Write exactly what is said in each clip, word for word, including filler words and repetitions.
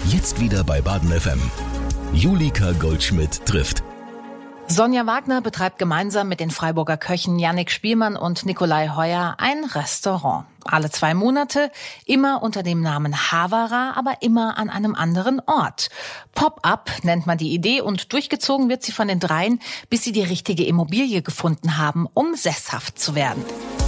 Jetzt wieder bei Baden F M. Julika Goldschmidt trifft. Sonja Wagner betreibt gemeinsam mit den Freiburger Köchen Yannick Spielmann und Nikolai Heuer ein Restaurant. Alle zwei Monate, immer unter dem Namen Havara, aber immer an einem anderen Ort. Pop-up nennt man die Idee und durchgezogen wird sie von den dreien, bis sie die richtige Immobilie gefunden haben, um sesshaft zu werden.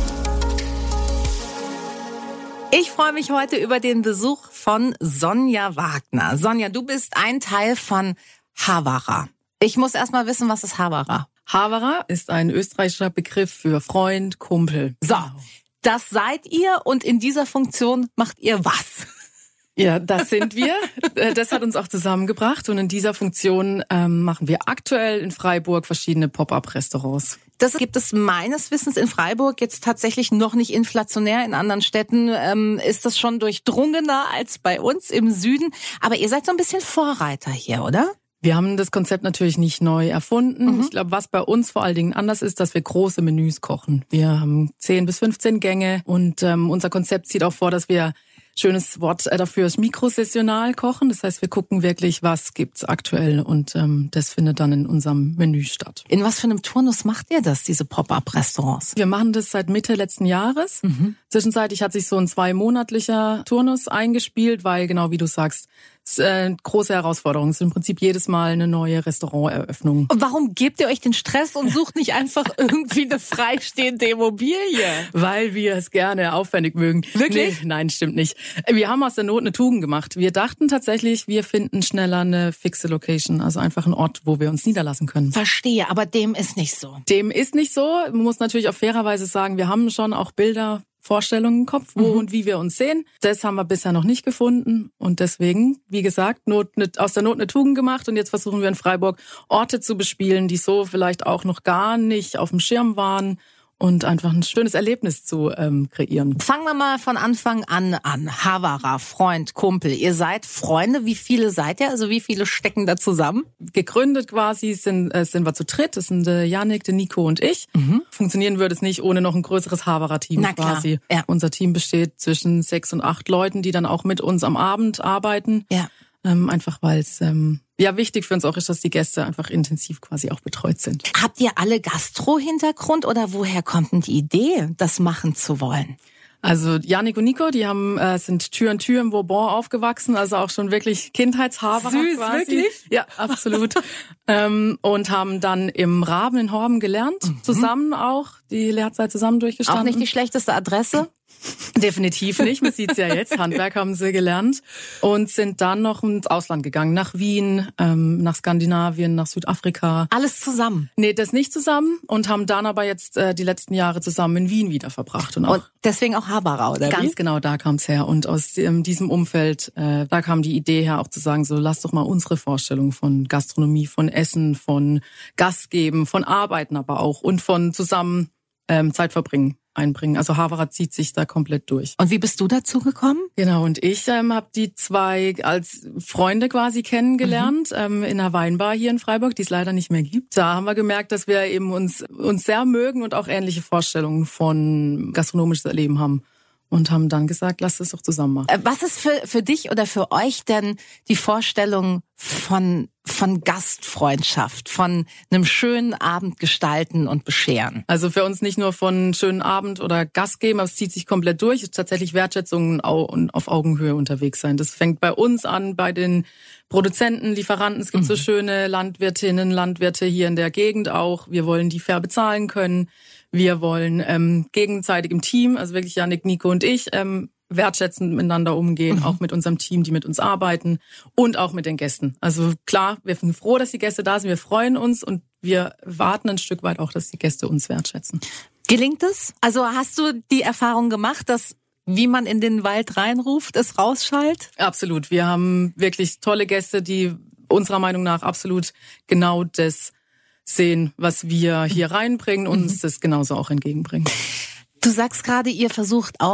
Ich freue mich heute über den Besuch von Sonja Wagner. Sonja, du bist ein Teil von Havara. Ich muss erst mal wissen, was ist Havara? Havara ist ein österreichischer Begriff für Freund, Kumpel. So, das seid ihr und in dieser Funktion macht ihr was? Ja, das sind wir. Das hat uns auch zusammengebracht und in dieser Funktion ähm, machen wir aktuell in Freiburg verschiedene Pop-up-Restaurants. Das gibt es meines Wissens in Freiburg jetzt tatsächlich noch nicht inflationär. In anderen Städten ähm, ist das schon durchdrungener als bei uns im Süden. Aber ihr seid so ein bisschen Vorreiter hier, oder? Wir haben das Konzept natürlich nicht neu erfunden. Mhm. Ich glaube, was bei uns vor allen Dingen anders ist, dass wir große Menüs kochen. Wir haben zehn bis fünfzehn Gänge und ähm, unser Konzept sieht auch vor, dass wir, schönes Wort dafür ist, mikrosessional kochen. Das heißt, wir gucken wirklich, was gibt's aktuell und ähm, das findet dann in unserem Menü statt. In was für einem Turnus macht ihr das, diese Pop-up-Restaurants? Wir machen das seit Mitte letzten Jahres. Mhm. Zwischenzeitlich hat sich so ein zweimonatlicher Turnus eingespielt, weil genau wie du sagst, es ist eine große Herausforderung. Es ist im Prinzip jedes Mal eine neue Restauranteröffnung. Und warum gebt ihr euch den Stress und sucht nicht einfach irgendwie eine freistehende Immobilie? Weil wir es gerne aufwendig mögen. Wirklich? Nee, nein, stimmt nicht. Wir haben aus der Not eine Tugend gemacht. Wir dachten tatsächlich, wir finden schneller eine fixe Location, also einfach einen Ort, wo wir uns niederlassen können. Verstehe, aber dem ist nicht so. Dem ist nicht so. Man muss natürlich auch fairerweise sagen, wir haben schon auch Bilder, Vorstellungen im Kopf, wo mhm. und wie wir uns sehen. Das haben wir bisher noch nicht gefunden und deswegen, wie gesagt, Not, aus der Not eine Tugend gemacht und jetzt versuchen wir in Freiburg Orte zu bespielen, die so vielleicht auch noch gar nicht auf dem Schirm waren und einfach ein schönes Erlebnis zu ähm, kreieren. Fangen wir mal von Anfang an an. Havara, Freund, Kumpel. Ihr seid Freunde. Wie viele seid ihr? Also wie viele stecken da zusammen? Gegründet quasi sind, äh, sind wir zu dritt. Das sind der Yannick, der Nico und ich. Mhm. Funktionieren würde es nicht ohne noch ein größeres Havara-Team quasi. Ja. Unser Team besteht zwischen sechs und acht Leuten, die dann auch mit uns am Abend arbeiten. Ja. Ähm, einfach weil es ähm, ja wichtig für uns auch ist, dass die Gäste einfach intensiv quasi auch betreut sind. Habt ihr alle Gastro-Hintergrund oder woher kommt denn die Idee, das machen zu wollen? Also Yannick und Nico, die haben äh, sind Tür an Tür im Vauban aufgewachsen, also auch schon wirklich Kindheitshaber. Süß, quasi. Wirklich? Ja, absolut. ähm, und haben dann im Raben in Horben gelernt, mhm. zusammen auch, die Lehrzeit zusammen durchgestanden. Auch nicht die schlechteste Adresse? Definitiv nicht, man sieht's ja jetzt, Handwerk haben sie gelernt und sind dann noch ins Ausland gegangen, nach Wien, ähm, nach Skandinavien, nach Südafrika. Alles zusammen? Nee, das nicht zusammen und haben dann aber jetzt äh, die letzten Jahre zusammen in Wien wieder verbracht. Und, auch und deswegen auch Havara, oder Ganz wie? genau, da kam's her und aus ähm, diesem Umfeld, äh, da kam die Idee her, auch zu sagen, so lass doch mal unsere Vorstellung von Gastronomie, von Essen, von Gastgeben, von Arbeiten aber auch und von zusammen ähm, Zeit verbringen einbringen. Also Havara zieht sich da komplett durch. Und wie bist du dazu gekommen? Genau, und ich ähm, habe die zwei als Freunde quasi kennengelernt, mhm. ähm, in einer Weinbar hier in Freiburg, die es leider nicht mehr gibt. Da haben wir gemerkt, dass wir eben uns uns sehr mögen und auch ähnliche Vorstellungen von gastronomisches Erleben haben. Und haben dann gesagt, lass es doch zusammen machen. Was ist für für dich oder für euch denn die Vorstellung von von Gastfreundschaft, von einem schönen Abend gestalten und bescheren? Also für uns nicht nur von schönen Abend oder Gast geben, aber es zieht sich komplett durch. Es ist tatsächlich Wertschätzung und auf Augenhöhe unterwegs sein. Das fängt bei uns an, bei den Produzenten, Lieferanten. Es gibt mhm. so schöne Landwirtinnen, Landwirte hier in der Gegend auch. Wir wollen die fair bezahlen können. Wir wollen ähm, gegenseitig im Team, also wirklich Yannick, Nico und ich, ähm, wertschätzend miteinander umgehen, mhm. auch mit unserem Team, die mit uns arbeiten und auch mit den Gästen. Also klar, wir sind froh, dass die Gäste da sind, wir freuen uns und wir warten ein Stück weit auch, dass die Gäste uns wertschätzen. Gelingt es? Also hast du die Erfahrung gemacht, dass wie man in den Wald reinruft, es rausschallt? Absolut. Wir haben wirklich tolle Gäste, die unserer Meinung nach absolut genau das sehen, was wir hier reinbringen und uns das genauso auch entgegenbringen. Du sagst gerade, ihr versucht auch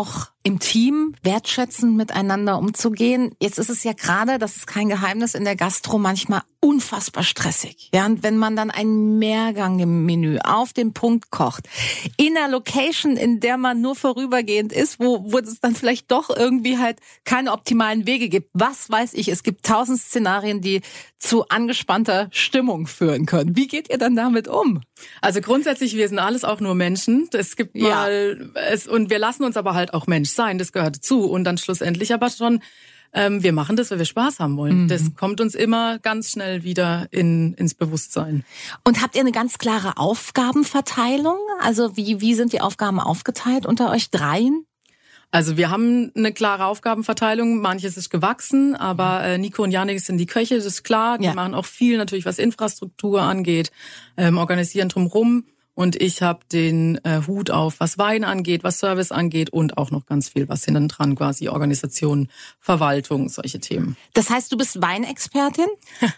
im Team wertschätzend miteinander umzugehen. Jetzt ist es ja gerade, das ist kein Geheimnis, in der Gastro manchmal unfassbar stressig. Ja, und wenn man dann ein Mehrgang-Menü auf den Punkt kocht, in einer Location, in der man nur vorübergehend ist, wo, wo es dann vielleicht doch irgendwie halt keine optimalen Wege gibt. Was weiß ich, es gibt tausend Szenarien, die zu angespannter Stimmung führen können. Wie geht ihr dann damit um? Also grundsätzlich, wir sind alles auch nur Menschen. Es gibt mal, ja. es, und wir lassen uns aber halt auch Mensch sein, das gehört dazu. Und dann schlussendlich aber schon, ähm, wir machen das, weil wir Spaß haben wollen. Mhm. Das kommt uns immer ganz schnell wieder in, ins Bewusstsein. Und habt ihr eine ganz klare Aufgabenverteilung? Also wie, wie sind die Aufgaben aufgeteilt unter euch dreien? Also wir haben eine klare Aufgabenverteilung, manches ist gewachsen, aber äh, Nico und Jannik sind die Köche, das ist klar. Die ja. machen auch viel natürlich, was Infrastruktur angeht, ähm, organisieren drumherum. Und ich habe den äh, Hut auf, was Wein angeht, was Service angeht und auch noch ganz viel, was hinten dran quasi Organisation, Verwaltung, solche Themen. Das heißt, du bist Weinexpertin?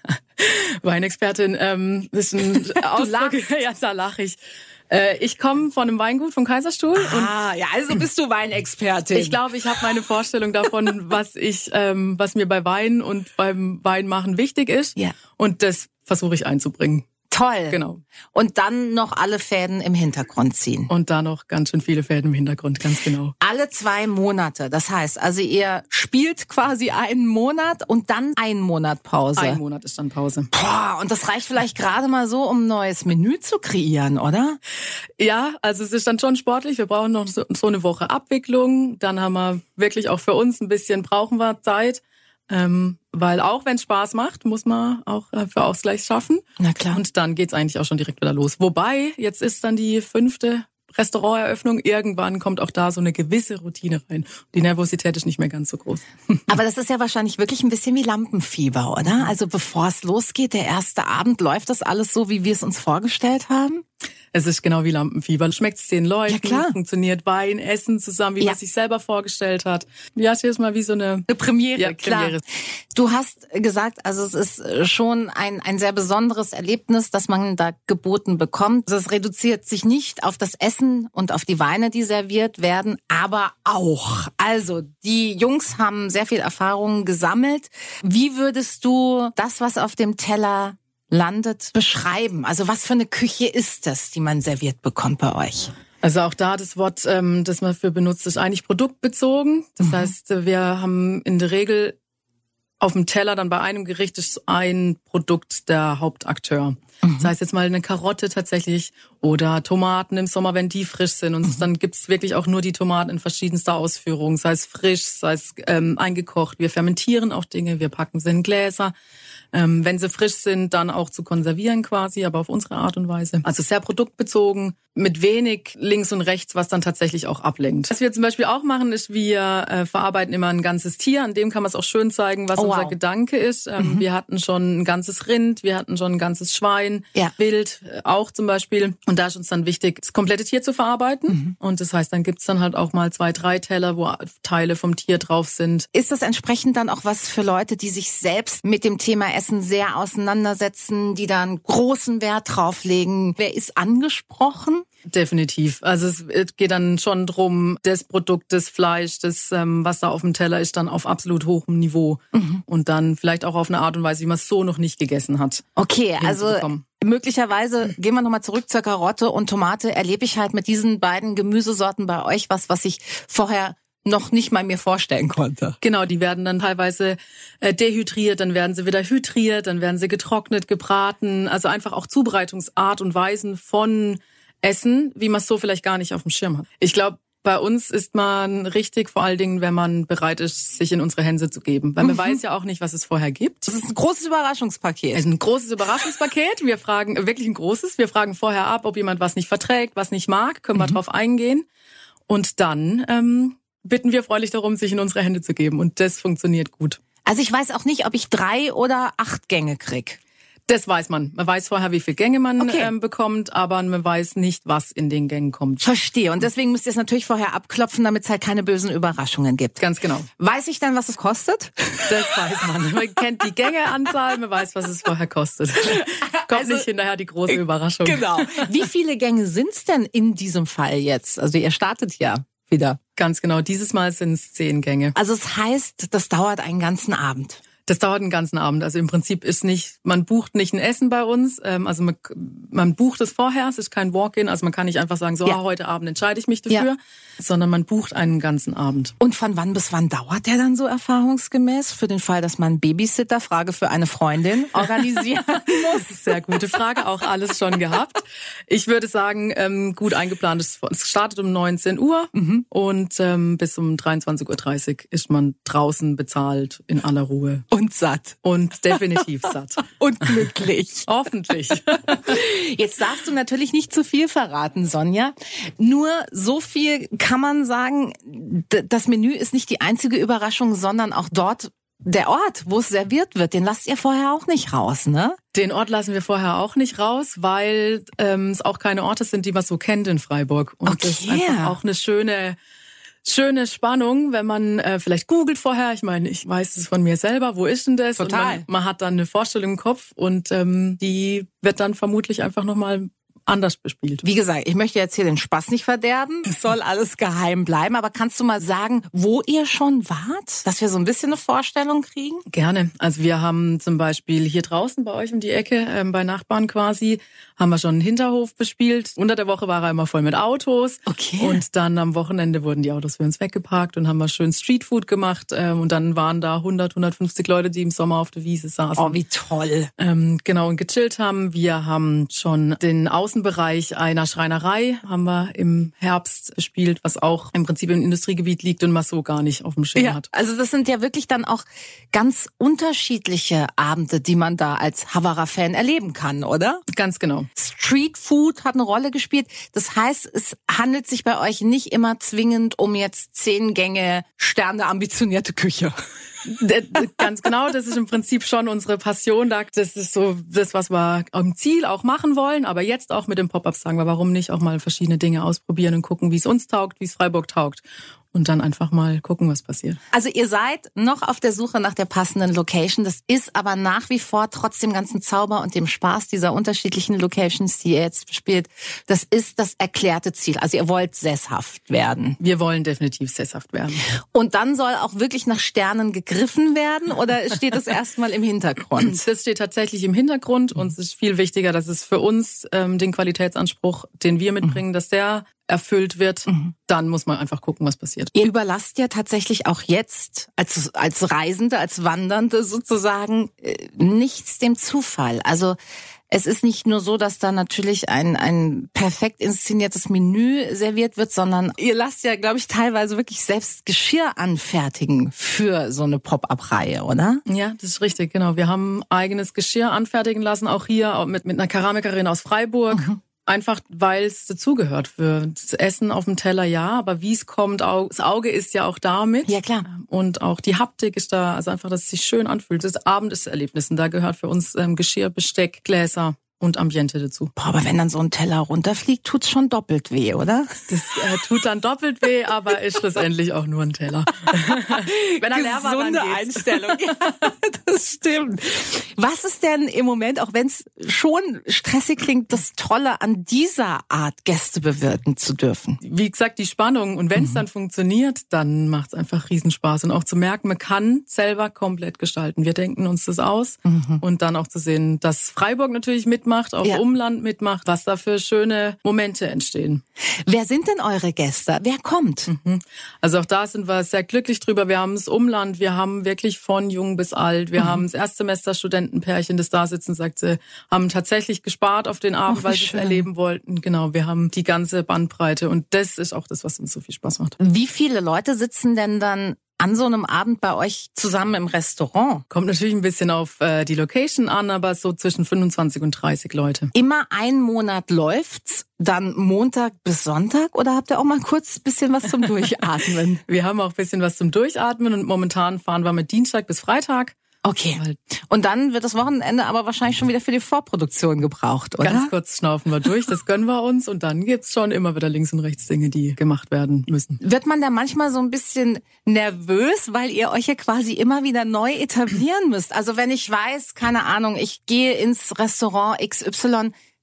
Weinexpertin, ähm, ist ein Ausdruck. Ja, da lache ich. Ich komme von einem Weingut vom Kaiserstuhl. Ah, und ja, also bist du Weinexpertin. Ich glaube, ich habe meine Vorstellung davon, was ich, ähm, was mir bei Wein und beim Weinmachen wichtig ist. Ja. Und das versuche ich einzubringen. Toll. Genau. Und dann noch alle Fäden im Hintergrund ziehen. Und da noch ganz schön viele Fäden im Hintergrund, ganz genau. Alle zwei Monate. Das heißt, also ihr spielt quasi einen Monat und dann einen Monat Pause. Ein Monat ist dann Pause. Boah, und das reicht vielleicht gerade mal so, um ein neues Menü zu kreieren, oder? Ja, also es ist dann schon sportlich. Wir brauchen noch so, so eine Woche Abwicklung. Dann haben wir wirklich auch für uns ein bisschen, brauchen wir Zeit. Ähm, weil auch wenn es Spaß macht, muss man auch äh, für Ausgleich schaffen. Na klar. Und dann geht's eigentlich auch schon direkt wieder los. Wobei, jetzt ist dann die fünfte Restauranteröffnung. Irgendwann kommt auch da so eine gewisse Routine rein. Die Nervosität ist nicht mehr ganz so groß. Aber das ist ja wahrscheinlich wirklich ein bisschen wie Lampenfieber, oder? Also bevor es losgeht, der erste Abend, läuft das alles so, wie wir es uns vorgestellt haben? Es ist genau wie Lampenfieber. Schmeckt es den Leuten, ja, klar. Funktioniert Wein, Essen zusammen, wie ja. man sich selber vorgestellt hat. Ja, es ist mal wie so eine, eine Premiere. Ja, Premiere. Klar. Du hast gesagt, also es ist schon ein ein sehr besonderes Erlebnis, das man da geboten bekommt. Das reduziert sich nicht auf das Essen und auf die Weine, die serviert werden, aber auch. Also die Jungs haben sehr viel Erfahrung gesammelt. Wie würdest du das, was auf dem Teller landet, beschreiben? Also was für eine Küche ist das, die man serviert bekommt bei euch? Also auch da das Wort, ähm, das man für benutzt, ist eigentlich produktbezogen. Das mhm. heißt, wir haben in der Regel auf dem Teller dann bei einem Gericht ist ein Produkt der Hauptakteur. Mhm. Das heißt jetzt mal eine Karotte tatsächlich oder Tomaten im Sommer, wenn die frisch sind. Und mhm. dann gibt's wirklich auch nur die Tomaten in verschiedenster Ausführung, sei es frisch, sei es ähm, eingekocht. Wir fermentieren auch Dinge, wir packen sie in Gläser. Ähm, wenn sie frisch sind, dann auch zu konservieren quasi, aber auf unsere Art und Weise. Also sehr produktbezogen, mit wenig links und rechts, was dann tatsächlich auch ablenkt. Was wir zum Beispiel auch machen, ist, wir äh, verarbeiten immer ein ganzes Tier. An dem kann man es auch schön zeigen, was oh, unser wow. Gedanke ist. Ähm, mhm. Wir hatten schon ein ganzes Rind, wir hatten schon ein ganzes Schwein, ja. Wild äh, auch zum Beispiel. Und da ist uns dann wichtig, das komplette Tier zu verarbeiten. Mhm. Und das heißt, dann gibt's dann halt auch mal zwei, drei Teller, wo Teile vom Tier drauf sind. Ist das entsprechend dann auch was für Leute, die sich selbst mit dem Thema Essen sehr auseinandersetzen, die da einen großen Wert drauf legen? Wer ist angesprochen? Definitiv. Also es geht dann schon drum, das Produkt, das Fleisch, das, ähm, was da auf dem Teller ist, dann auf absolut hohem Niveau. Mhm. Und dann vielleicht auch auf eine Art und Weise, wie man es so noch nicht gegessen hat. Okay, also möglicherweise gehen wir nochmal zurück zur Karotte und Tomate. Erlebe ich halt mit diesen beiden Gemüsesorten bei euch was, was ich vorher noch nicht mal mir vorstellen konnte. Genau, die werden dann teilweise äh, dehydriert, dann werden sie wieder hydriert, dann werden sie getrocknet, gebraten. Also einfach auch Zubereitungsart und Weisen von Essen, wie man es so vielleicht gar nicht auf dem Schirm hat. Ich glaube, bei uns ist man richtig, vor allen Dingen, wenn man bereit ist, sich in unsere Hände zu geben. Weil man mhm. weiß ja auch nicht, was es vorher gibt. Das ist ein großes Überraschungspaket. Es ist ein großes Überraschungspaket. Wir fragen, wirklich ein großes. Wir fragen vorher ab, ob jemand was nicht verträgt, was nicht mag. Können wir mhm. drauf eingehen. Und dann ähm, bitten wir freundlich darum, sich in unsere Hände zu geben. Und das funktioniert gut. Also ich weiß auch nicht, ob ich drei oder acht Gänge krieg. Das weiß man. Man weiß vorher, wie viele Gänge man okay. ähm, bekommt, aber man weiß nicht, was in den Gängen kommt. Verstehe. Und deswegen müsst ihr es natürlich vorher abklopfen, damit es halt keine bösen Überraschungen gibt. Ganz genau. Weiß ich dann, was es kostet? Das weiß man. Man kennt die Gängeanzahl, man weiß, was es vorher kostet. Kommt also, nicht hinterher die große Überraschung. Genau. Wie viele Gänge sind's denn in diesem Fall jetzt? Also ihr startet ja. wieder. Ganz genau, dieses Mal sind es zehn Gänge. Also es heißt, das dauert einen ganzen Abend. Das dauert einen ganzen Abend. Also im Prinzip ist nicht, man bucht nicht ein Essen bei uns. Also man, man bucht es vorher, es ist kein Walk-in. Also man kann nicht einfach sagen, so ja. heute Abend entscheide ich mich dafür, ja. sondern man bucht einen ganzen Abend. Und von wann bis wann dauert der dann so erfahrungsgemäß? Für den Fall, dass man einen Babysitter, Frage für eine Freundin, organisieren muss? Sehr gute Frage, auch alles schon gehabt. Ich würde sagen, gut eingeplant ist, es startet um neunzehn Uhr mhm. und ähm, bis um dreiundzwanzig Uhr dreißig ist man draußen bezahlt in aller Ruhe. Und satt. Und definitiv satt. Und glücklich. Hoffentlich. Jetzt darfst du natürlich nicht zu viel verraten, Sonja. Nur so viel kann man sagen, das Menü ist nicht die einzige Überraschung, sondern auch dort der Ort, wo es serviert wird. Den lasst ihr vorher auch nicht raus, ne? Den Ort lassen wir vorher auch nicht raus, weil ähm, es auch keine Orte sind, die man so kennt in Freiburg. Und okay. das ist einfach auch eine schöne... Schöne Spannung, wenn man äh, vielleicht googelt vorher. Ich meine, ich weiß es von mir selber. Wo ist denn das? Total. Und man, man hat dann eine Vorstellung im Kopf und ähm, die wird dann vermutlich einfach nochmal anders bespielt. Wie gesagt, ich möchte jetzt hier den Spaß nicht verderben. Es soll alles geheim bleiben. Aber kannst du mal sagen, wo ihr schon wart? Dass wir so ein bisschen eine Vorstellung kriegen? Gerne. Also wir haben zum Beispiel hier draußen bei euch um die Ecke, ähm, bei Nachbarn quasi, haben wir schon einen Hinterhof bespielt. Unter der Woche war er immer voll mit Autos. Okay. Und dann am Wochenende wurden die Autos für uns weggeparkt und haben wir schön Streetfood gemacht. Ähm, und dann waren da hundert, hundertfünfzig Leute, die im Sommer auf der Wiese saßen. Oh, wie toll. Ähm, genau, und gechillt haben. Wir haben schon den Außenbereich einer Schreinerei, haben wir im Herbst bespielt, was auch im Prinzip im Industriegebiet liegt und man so gar nicht auf dem Schirm ja, hat. Also das sind ja wirklich dann auch ganz unterschiedliche Abende, die man da als Havara-Fan erleben kann, oder? Ganz genau. Streetfood hat eine Rolle gespielt. Das heißt, es handelt sich bei euch nicht immer zwingend um jetzt zehn Gänge Sterne ambitionierte Küche. Ganz genau, das ist im Prinzip schon unsere Passion. Das ist so das, was wir am Ziel auch machen wollen. Aber jetzt auch mit dem Pop-Up sagen wir, warum nicht auch mal verschiedene Dinge ausprobieren und gucken, wie es uns taugt, wie es Freiburg taugt. Und dann einfach mal gucken, was passiert. Also ihr seid noch auf der Suche nach der passenden Location. Das ist aber nach wie vor trotz dem ganzen Zauber und dem Spaß dieser unterschiedlichen Locations, die ihr jetzt spielt, das ist das erklärte Ziel. Also ihr wollt sesshaft werden. Wir wollen definitiv sesshaft werden. Und dann soll auch wirklich nach Sternen gegriffen werden oder steht das erstmal im Hintergrund? Das steht tatsächlich im Hintergrund. Uns ist viel wichtiger, dass es für uns ähm, den Qualitätsanspruch, den wir mitbringen, dass der erfüllt wird, mhm. dann muss man einfach gucken, was passiert. Ihr überlasst ja tatsächlich auch jetzt als als Reisende, als Wandernde sozusagen nichts dem Zufall. Also es ist nicht nur so, dass da natürlich ein ein perfekt inszeniertes Menü serviert wird, sondern ihr lasst ja, glaube ich, teilweise wirklich selbst Geschirr anfertigen für so eine Pop-up-Reihe, oder? Ja, das ist richtig, genau. Wir haben eigenes Geschirr anfertigen lassen, auch hier mit mit einer Keramikerin aus Freiburg. Mhm. Einfach, weil es dazugehört. Für das Essen auf dem Teller ja, aber wie es kommt, das Auge ist ja auch da mit. Ja, klar. Und auch die Haptik ist da, also einfach, dass es sich schön anfühlt. Das Abendeserlebnis. Und da gehört für uns ähm, Geschirr, Besteck, Gläser und Ambiente dazu. Boah, aber wenn dann so ein Teller runterfliegt, tut's schon doppelt weh, oder? Das äh, tut dann doppelt weh, aber ist schlussendlich auch nur ein Teller. Wenn er leer war, dann geht's. Einstellung. Ja, das stimmt. Was ist denn im Moment, auch wenn es schon stressig klingt, das Tolle an dieser Art, Gäste bewirten zu dürfen? Wie gesagt, die Spannung. Und wenn es mhm. dann funktioniert, dann macht es einfach Riesenspaß. Und auch zu merken, man kann selber komplett gestalten. Wir denken uns das aus. Mhm. Und dann auch zu sehen, dass Freiburg natürlich mitmacht, macht, auch ja. Umland mitmacht, was da für schöne Momente entstehen. Wer sind denn eure Gäste? Wer kommt? Mhm. Also auch da sind wir sehr glücklich drüber. Wir haben das Umland, wir haben wirklich von jung bis alt. Wir mhm. haben das Erstsemester-Studentenpärchen, das da sitzen, sagt sie, haben tatsächlich gespart auf den Abend, oh, weil sie es erleben wollten. Genau, wir haben die ganze Bandbreite und das ist auch das, was uns so viel Spaß macht. Wie viele Leute sitzen denn dann an so einem Abend bei euch zusammen im Restaurant? Kommt natürlich ein bisschen auf äh, die Location an, aber so zwischen fünfundzwanzig und dreißig Leute. Immer einen Monat läuft's, dann Montag bis Sonntag oder habt ihr auch mal kurz ein bisschen was zum Durchatmen? Wir haben auch ein bisschen was zum Durchatmen und momentan fahren wir mit Dienstag bis Freitag. Okay. Und dann wird das Wochenende aber wahrscheinlich schon wieder für die Vorproduktion gebraucht, oder? Ganz kurz schnaufen wir durch, das gönnen wir uns und dann gibt's schon immer wieder links und rechts Dinge, die gemacht werden müssen. Wird man da manchmal so ein bisschen nervös, weil ihr euch ja quasi immer wieder neu etablieren müsst? Also wenn ich weiß, keine Ahnung, ich gehe ins Restaurant X Y,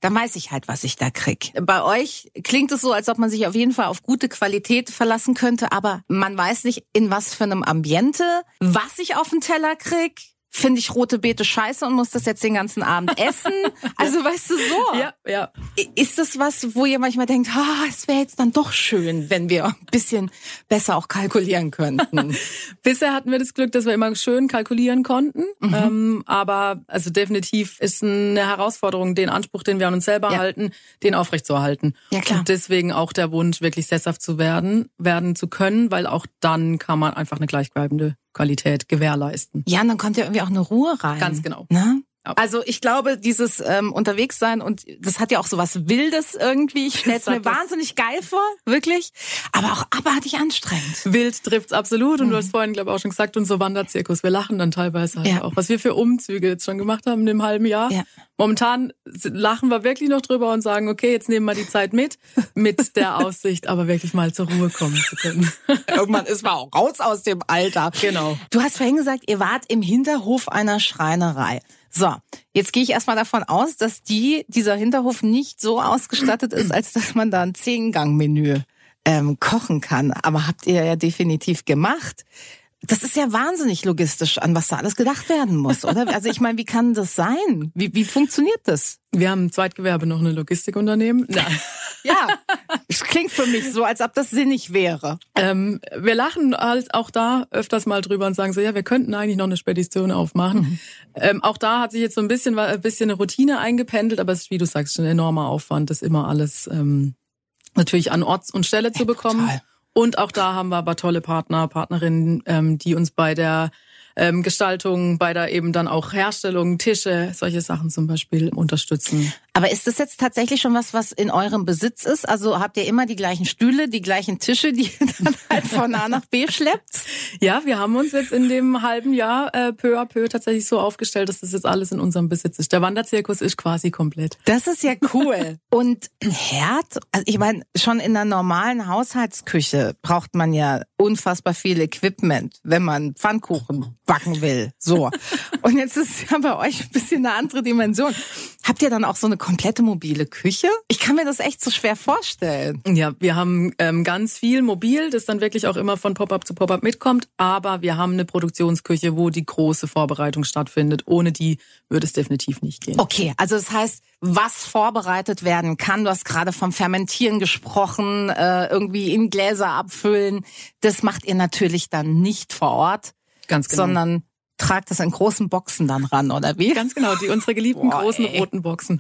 dann weiß ich halt, was ich da krieg. Bei euch klingt es so, als ob man sich auf jeden Fall auf gute Qualität verlassen könnte, aber man weiß nicht, in was für einem Ambiente, was ich auf den Teller krieg. Finde ich rote Beete scheiße und muss das jetzt den ganzen Abend essen? Also weißt du so. Ja, ja. Ist das was, wo ihr manchmal denkt, ah, es wäre jetzt dann doch schön, wenn wir ein bisschen besser auch kalkulieren könnten? Bisher hatten wir das Glück, dass wir immer schön kalkulieren konnten. Mhm. Ähm, aber also definitiv ist eine Herausforderung, den Anspruch, den wir an uns selber ja. halten, den aufrechtzuerhalten. Ja, klar. Und deswegen auch der Wunsch, wirklich sesshaft zu werden, werden zu können, weil auch dann kann man einfach eine gleichbleibende Qualität gewährleisten. Ja, und dann kommt ja irgendwie auch eine Ruhe rein. Ganz genau. Ne? Also ich glaube, dieses ähm, Unterwegssein und das hat ja auch so was Wildes irgendwie. Ich stelle es mir wahnsinnig geil vor, wirklich. Aber auch abartig anstrengend. Wild trifft's absolut. Und mhm. du hast vorhin, glaube ich, auch schon gesagt, unser Wanderzirkus. Wir lachen dann teilweise halt ja. auch. Was wir für Umzüge jetzt schon gemacht haben in dem halben Jahr. Ja. Momentan lachen wir wirklich noch drüber und sagen, okay, jetzt nehmen wir die Zeit mit, mit der Aussicht, aber wirklich mal zur Ruhe kommen zu können. Irgendwann ist man auch raus aus dem Alter. Genau. Du hast vorhin gesagt, ihr wart im Hinterhof einer Schreinerei. So, jetzt gehe ich erstmal davon aus, dass die, dieser Hinterhof nicht so ausgestattet ist, als dass man da ein Zehn-Gang-Menü ähm, kochen kann. Aber habt ihr ja definitiv gemacht. Das ist ja wahnsinnig logistisch, an was da alles gedacht werden muss, oder? Also ich meine, wie kann das sein? Wie, wie funktioniert das? Wir haben im Zweitgewerbe noch eine Logistikunternehmen. Ja. Ja, es klingt für mich so, als ob das sinnig wäre. Ähm, wir lachen halt auch da öfters mal drüber und sagen so, ja, wir könnten eigentlich noch eine Spedition aufmachen. Mhm. Ähm, auch da hat sich jetzt so ein bisschen, ein bisschen eine Routine eingependelt, aber es ist, wie du sagst, ein enormer Aufwand, das immer alles ähm, natürlich an Ort und Stelle zu bekommen. Total. Und auch da haben wir aber tolle Partner, Partnerinnen, ähm, die uns bei der ähm, Gestaltung, bei der eben dann auch Herstellung, Tische, solche Sachen zum Beispiel unterstützen. Aber ist das jetzt tatsächlich schon was, was in eurem Besitz ist? Also habt ihr immer die gleichen Stühle, die gleichen Tische, die ihr dann halt von A nach B schleppt? Ja, wir haben uns jetzt in dem halben Jahr äh, peu à peu tatsächlich so aufgestellt, dass das jetzt alles in unserem Besitz ist. Der Wanderzirkus ist quasi komplett. Das ist ja cool. Und ein Herd? Also ich meine, schon in einer normalen Haushaltsküche braucht man ja unfassbar viel Equipment, wenn man Pfannkuchen backen will. So. Und jetzt ist ja bei euch ein bisschen eine andere Dimension. Habt ihr dann auch so eine komplette mobile Küche? Ich kann mir das echt so schwer vorstellen. Ja, wir haben ähm, ganz viel mobil, das dann wirklich auch immer von Pop-up zu Pop-up mitkommt. Aber wir haben eine Produktionsküche, wo die große Vorbereitung stattfindet. Ohne die würde es definitiv nicht gehen. Okay, also das heißt, was vorbereitet werden kann, du hast gerade vom Fermentieren gesprochen, äh, irgendwie in Gläser abfüllen. Das macht ihr natürlich dann nicht vor Ort. Ganz genau. Sondern tragt das in großen Boxen dann ran, oder wie? Ganz genau, die unsere geliebten Boah, großen ey. roten Boxen.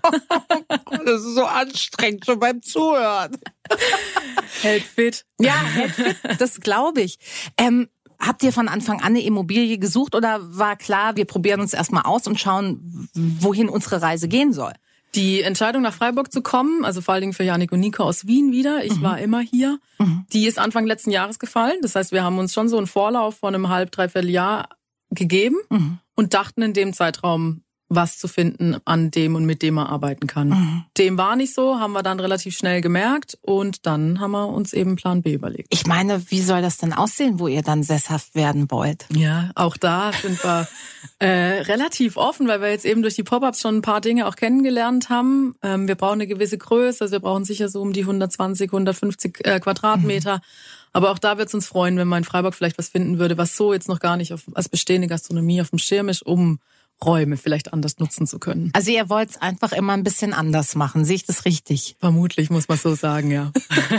Das ist so anstrengend schon beim Zuhören. Hält fit. Ja, hält fit, das glaube ich. Ähm, habt ihr von Anfang an eine Immobilie gesucht oder war klar, wir probieren uns erstmal aus und schauen, wohin unsere Reise gehen soll? Die Entscheidung nach Freiburg zu kommen, also vor allen Dingen für Janik und Nico aus Wien wieder, ich mhm. war immer hier, mhm. die ist Anfang letzten Jahres gefallen. Das heißt, wir haben uns schon so einen Vorlauf von einem halb, dreiviertel Jahr gegeben mhm. und dachten in dem Zeitraum, was zu finden, an dem und mit dem man arbeiten kann. Mhm. Dem war nicht so, haben wir dann relativ schnell gemerkt und dann haben wir uns eben Plan B überlegt. Ich meine, wie soll das denn aussehen, wo ihr dann sesshaft werden wollt? Ja, auch da sind wir äh, relativ offen, weil wir jetzt eben durch die Pop-ups schon ein paar Dinge auch kennengelernt haben. Ähm, wir brauchen eine gewisse Größe, also wir brauchen sicher so um die hundertzwanzig, hundertfünfzig äh, Quadratmeter. Mhm. Aber auch da wird es uns freuen, wenn man in Freiburg vielleicht was finden würde, was so jetzt noch gar nicht auf, als bestehende Gastronomie auf dem Schirm ist, um Räume vielleicht anders nutzen zu können. Also ihr wollt es einfach immer ein bisschen anders machen, sehe ich das richtig? Vermutlich, muss man so sagen, ja.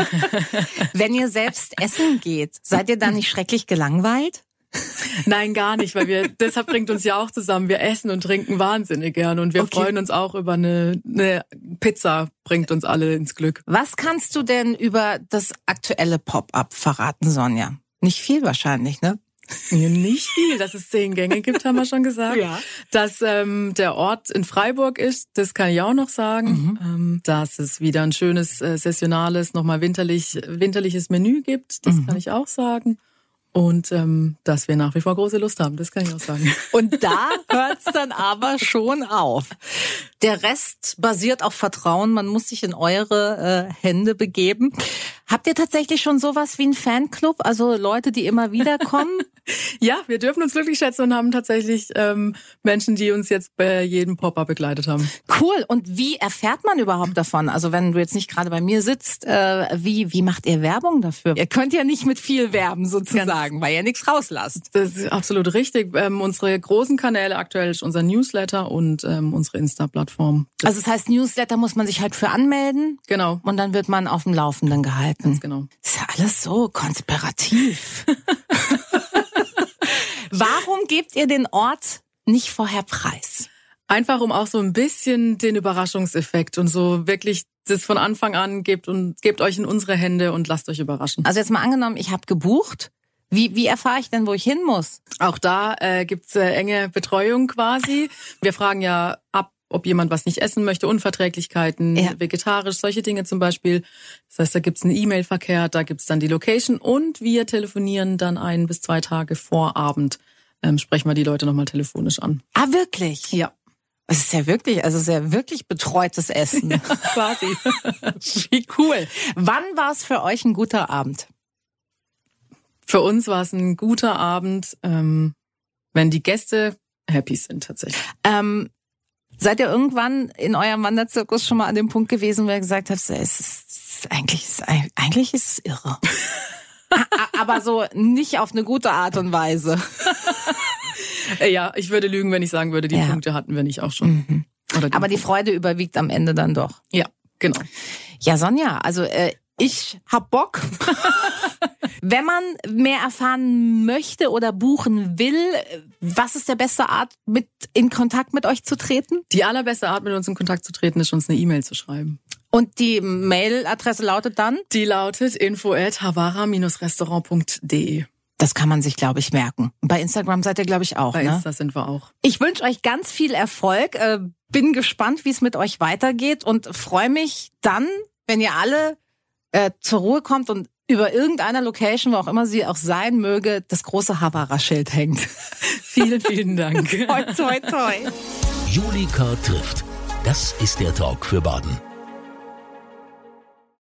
Wenn ihr selbst essen geht, seid ihr dann nicht schrecklich gelangweilt? Nein, gar nicht, weil wir, deshalb bringt uns ja auch zusammen, wir essen und trinken wahnsinnig gern und wir okay. freuen uns auch über eine, eine Pizza, bringt uns alle ins Glück. Was kannst du denn über das aktuelle Pop-up verraten, Sonja? Nicht viel wahrscheinlich, ne? Nicht viel, dass es zehn Gänge gibt, haben wir schon gesagt. Ja. Dass ähm, der Ort in Freiburg ist, das kann ich auch noch sagen. Mhm. Ähm, dass es wieder ein schönes, äh, saisonales, nochmal winterlich, winterliches Menü gibt, das mhm. kann ich auch sagen. Und ähm, dass wir nach wie vor große Lust haben, das kann ich auch sagen. Und da hört's dann aber schon auf. Der Rest basiert auf Vertrauen, man muss sich in eure äh, Hände begeben. Habt ihr tatsächlich schon sowas wie einen Fanclub, also Leute, die immer wieder kommen? Ja, wir dürfen uns glücklich schätzen und haben tatsächlich ähm, Menschen, die uns jetzt bei jedem Pop-up begleitet haben. Cool. Und wie erfährt man überhaupt davon? Also wenn du jetzt nicht gerade bei mir sitzt, äh, wie wie macht ihr Werbung dafür? Ihr könnt ja nicht mit viel werben sozusagen, Ganz, weil ihr nichts rauslasst. Das ist absolut richtig. Ähm, unsere großen Kanäle aktuell ist unser Newsletter und ähm, unsere Insta-Plattform. Das also das heißt, Newsletter muss man sich halt für anmelden. Genau. Und dann wird man auf dem Laufenden gehalten. Ganz genau. Ist ja alles so konspirativ. Warum gebt ihr den Ort nicht vorher preis? Einfach um auch so ein bisschen den Überraschungseffekt und so wirklich das von Anfang an gebt und gebt euch in unsere Hände und lasst euch überraschen. Also jetzt mal angenommen, ich habe gebucht. Wie, wie erfahre ich denn, wo ich hin muss? Auch da äh, gibt's äh, enge Betreuung quasi. Wir fragen ja ab, ob jemand was nicht essen möchte, Unverträglichkeiten, ja. vegetarisch, solche Dinge zum Beispiel. Das heißt, da gibt's einen E-Mail-Verkehr, da gibt's dann die Location und wir telefonieren dann ein bis zwei Tage vor Abend, ähm, sprechen wir die Leute nochmal telefonisch an. Ah, wirklich? Ja. Es ist ja wirklich, also es ist ja wirklich betreutes Essen. Ja, quasi. Wie cool. Wann war es für euch ein guter Abend? Für uns war es ein guter Abend, ähm, wenn die Gäste happy sind tatsächlich. Ähm, Seid ihr irgendwann in eurem Wanderzirkus schon mal an dem Punkt gewesen, wo ihr gesagt habt, es ist, es ist, eigentlich, es ist, eigentlich ist es irre. Aber so nicht auf eine gute Art und Weise. Ja, ich würde lügen, wenn ich sagen würde, die ja. Punkte hatten wir nicht auch schon. Mhm. Oder Aber die Freude überwiegt am Ende dann doch. Ja, genau. Ja, Sonja, also äh, ich hab Bock. Wenn man mehr erfahren möchte oder buchen will, was ist der beste Art, mit in Kontakt mit euch zu treten? Die allerbeste Art, mit uns in Kontakt zu treten, ist uns eine E-Mail zu schreiben. Und die Mailadresse lautet dann? Die lautet info at havara dash restaurant punkt de. Das kann man sich, glaube ich, merken. Bei Instagram seid ihr, glaube ich, auch. Bei ne? Insta sind wir auch. Ich wünsche euch ganz viel Erfolg. Äh, bin gespannt, wie es mit euch weitergeht und freue mich dann, wenn ihr alle äh, zur Ruhe kommt und über irgendeiner Location, wo auch immer sie auch sein möge, das große Havara-Schild hängt. Vielen, vielen Dank. Toi, toi, toi. Julika trifft. Das ist der Talk für Baden.